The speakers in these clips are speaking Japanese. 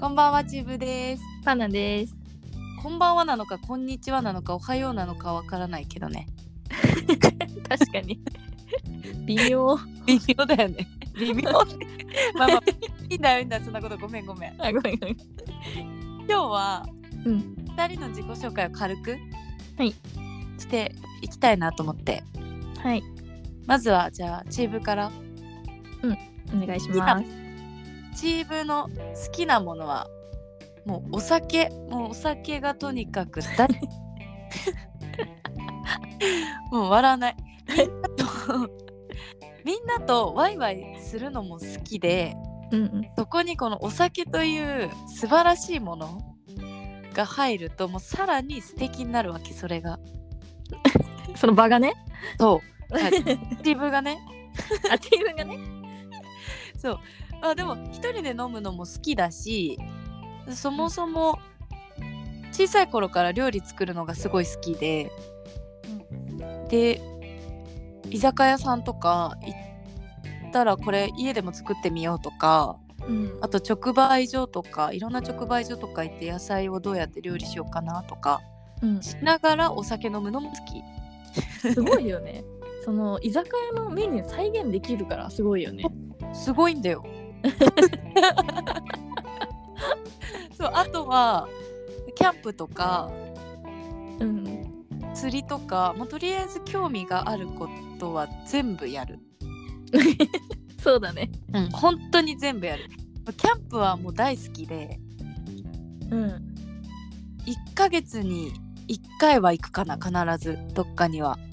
こんばんは、ちぶです。 パナです。 こんばんはなのか、こんにちはなのか、おはようなのかわからないけどね。 確かに微妙微妙だよね。微妙ってまあまあいいんだよいいんだよ、そんなことごめん。 ごめん今日はうん 2人の自己紹介を軽くはいしていきたいなと思って、 はい、 まずはじゃあチーブからお願いします。 チーブの好きなものはもうお酒がとにかくもう笑わないみんなとワイワイするのも好きで、そこにこのお酒という素晴らしいものが入るともうさらに素敵になるわけ。それがその場がねそうチーブがねチームがねそうでも一人で飲むのも好きだし、そもそも小さい頃から料理作るのがすごい好きで、で居酒屋さんとか行ったらこれ家でも作ってみようとか、あと直売所とかいろんな直売所とか行って野菜をどうやって料理しようかなとか、しながらお酒飲むのも好き。 すごいよねその居酒屋のメニュー再現できるからすごいよね。 すごいんだよそう、あとはキャンプとか、釣りとか、とりあえず興味があることは全部やるそうだね、 本当に全部やる。キャンプはもう大好きで、1ヶ月に1回は行くかな、必ずどっかには。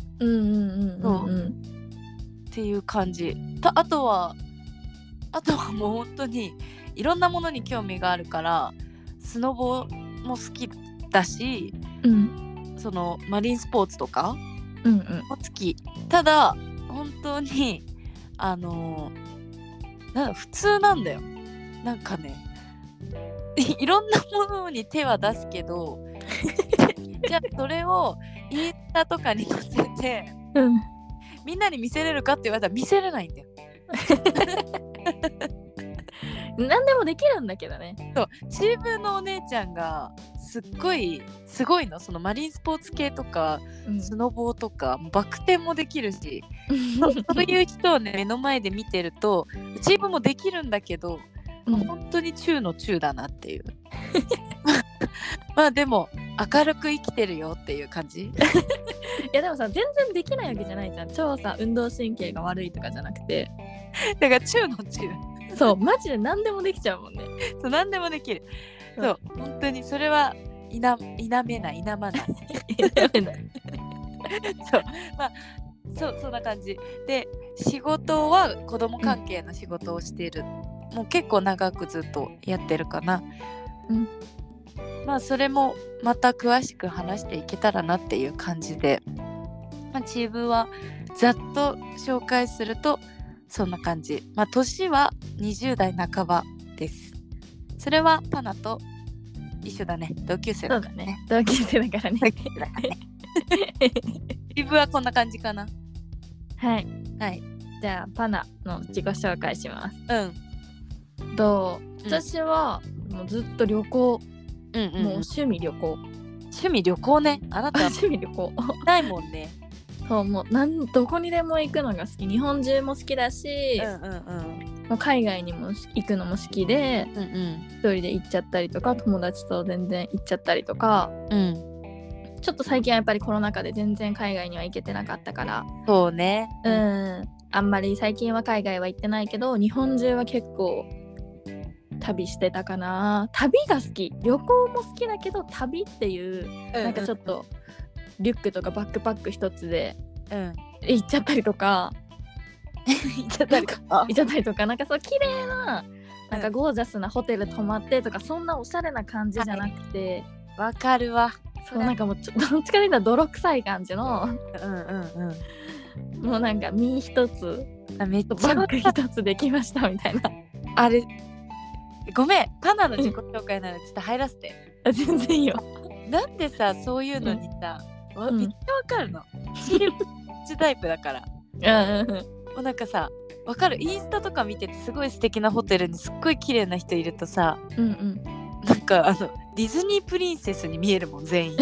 っていう感じ。あとはもう本当にいろんなものに興味があるからスノボも好きだし、そのマリンスポーツとかも好き。ただ本当に普通なんだよ。なんかねいろんなものに手は出すけどじゃあそれをインスタとかに載せて、みんなに見せれるかって言われたら見せれないんだよ何でもできるんだけどね。 そう、チームのお姉ちゃんがすごいの。そのマリンスポーツ系とか、スノボーとかバク転もできるしそういう人をね目の前で見てるとチームもできるんだけど、本当に中の中だなっていうでも明るく生きてるよっていう感じいやでもさ、全然できないわけじゃないじゃん。超さ運動神経が悪いとかじゃなくて、 だから中の中そう、マジで何でもできちゃうもんね。 そう何でもできる。そう、本当にそれは否まないそうそんな感じで、仕事は子供関係の仕事をしている、もう結構長くずっとやってるかな。それもまた詳しく話していけたらなっていう感じで、チームはざっと紹介するとそんな感じ。年は20代半ばです。それはパナと一緒だね。同級生だからね。 同級生だからね。 チームはこんな感じかな。 はい。じゃあパナの自己紹介します。私はもうずっと旅行、もう趣味旅行ね。あなたは趣味旅行ないもんね。 そう、もうどこにでも行くのが好き。日本中も好きだし、もう海外にも行くのも好きで、一人で行っちゃったりとか、友達と全然行っちゃったりとか、ちょっと最近はやっぱりコロナ禍で全然海外には行けてなかったから、 そうね、 あんまり最近は海外は行ってないけど、日本中は結構旅してたかな。旅が好き。旅行も好きだけど旅っていう、なんかちょっとリュックとかバックパック一つで行っちゃったりとか行っちゃったりとか、なんかそう綺麗な、なんかゴージャスなホテル泊まってとか、そんなおしゃれな感じじゃなくて、 わかるわ。 そう、なんかもうどっちかというと泥臭い感じのもうなんか身一つめっちゃバッグ一つできましたみたいな。 あれごめん、パナの自己紹介ならちょっと入らせて。 全然いいよ。 なんでさ、そういうのにさ、めっちゃわかるの。チームタイプだから。もうなんかさ、わかる。インスタとか見ててすごい素敵なホテルにすっごい綺麗な人いるとさ、 なんかディズニープリンセスに見えるもん全員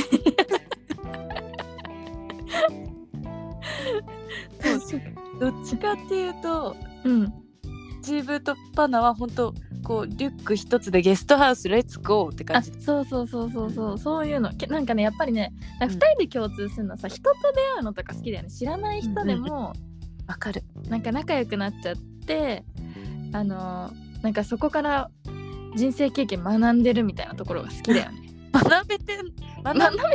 どっちかっていうと、 うん、 チーブとパナは本当こうリュック一つでゲストハウスレッツゴーって感じ。 そうそういうのなんかねやっぱりね2人で共通するのさ、人と出会うのとか好きだよね。知らない人でもわかる。 なんか仲良くなっちゃってなんかそこから人生経験学んでるみたいなところが好きだよね。 学べてるか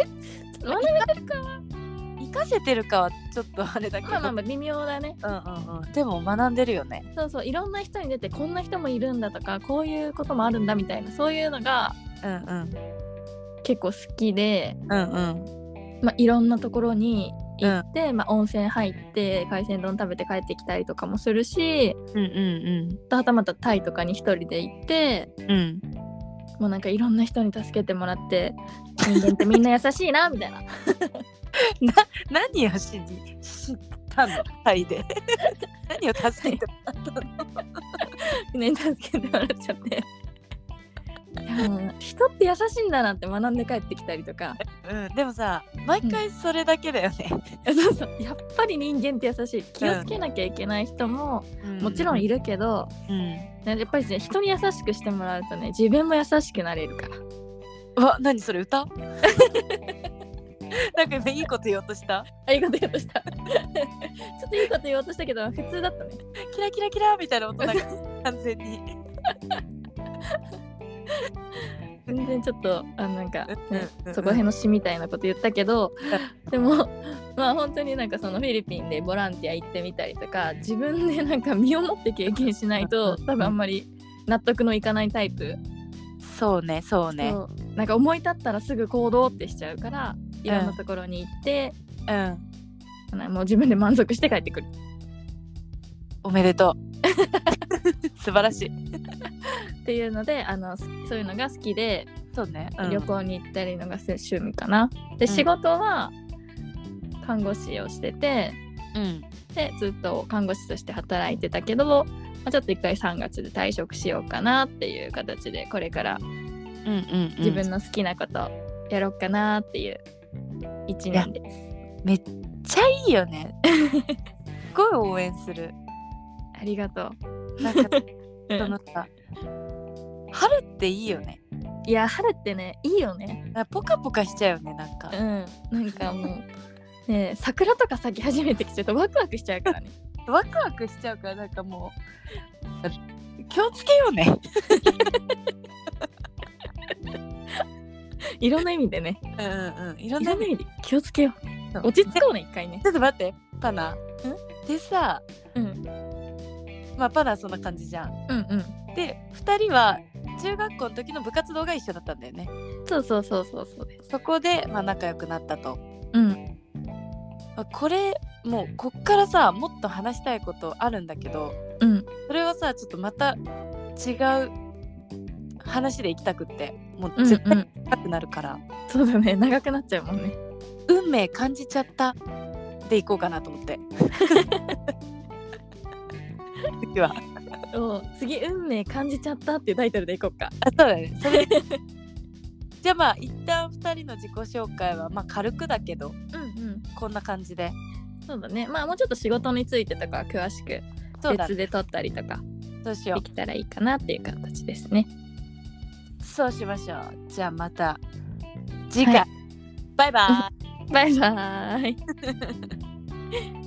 活かせてるかはちょっとあれだけど、 まあ微妙だね。 でも学んでるよね。 そういろんな人に出てこんな人もいるんだとかこういうこともあるんだみたいなそういうのが結構好きで、いろんなところに行って、温泉入って海鮮丼食べて帰ってきたりとかもするし、はたまたタイとかに一人で行って、もうなんかいろんな人に助けてもらって人間ってみんな優しいなみたいな何を知ったのタイで何を助けてもらったのね、助けてもらっちゃって人って優しいんだなって学んで帰ってきたりとか、 でもさ毎回それだけだよね、 そうやっぱり人間って優しい。気をつけなきゃいけない人ももちろんいるけど、やっぱりね人に優しくしてもらうとね自分も優しくなれるから。 何それ歌なんか今いいこと言おうとしたいいこと言おうとしたちょっといいこと言おうとしたけど普通だったね。 キラキラキラみたいな音が完全に全然ちょっとなんか、そこら辺の詩みたいなこと言ったけどでも本当になんかそのフィリピンでボランティア行ってみたりとか自分でなんか身をもって経験しないと多分あんまり納得のいかないタイプ。 そうねなんか思い立ったらすぐ行動ってしちゃうからいろんなところに行って、もう自分で満足して帰ってくる。 おめでとう素晴らしいっていうのでそういうのが好きで、 そうね、 旅行に行ったりのが趣味かな。で、仕事は看護師をしてて、でずっと看護師として働いてたけど、ちょっと一回3月で退職しようかなっていう形でこれから自分の好きなことやろうかなっていう1年です。 めっちゃいいよねすごい応援する。 ありがとう。なんかそのさ春っていいよね。 いや春ってねいいよね。 ポカポカしちゃうよねなんか。 なんかもうね桜とか咲き始めてきちゃうとワクワクしちゃうからねワクワクしちゃうからなんかもう気をつけようねいろんな意味でね、 いろんな意味で気をつけよう。落ち着こうね一回ね。 ちょっと待ってパナでさ、パナはそんな感じじゃん。で2人は中学校の時の部活動が一緒だったんだよね。 そうです。 そこで、仲良くなったと。これもうこっからさもっと話したいことあるんだけど、それはさちょっとまた違う話で行きたくってもう絶対長くなるから、 そうだね長くなっちゃうもんね。 運命感じちゃったで行こうかなと思って次は次運命感じちゃったっていうタイトルでいこうか。 そうだねそれじゃあ一旦2人の自己紹介は軽くだけど、こんな感じで。 そうだね。もうちょっと仕事についてとか詳しく別で撮ったりとかそうしようできたらいいかなっていう形ですね。 そうしましょう。じゃあまた次回、バイバイバイバイ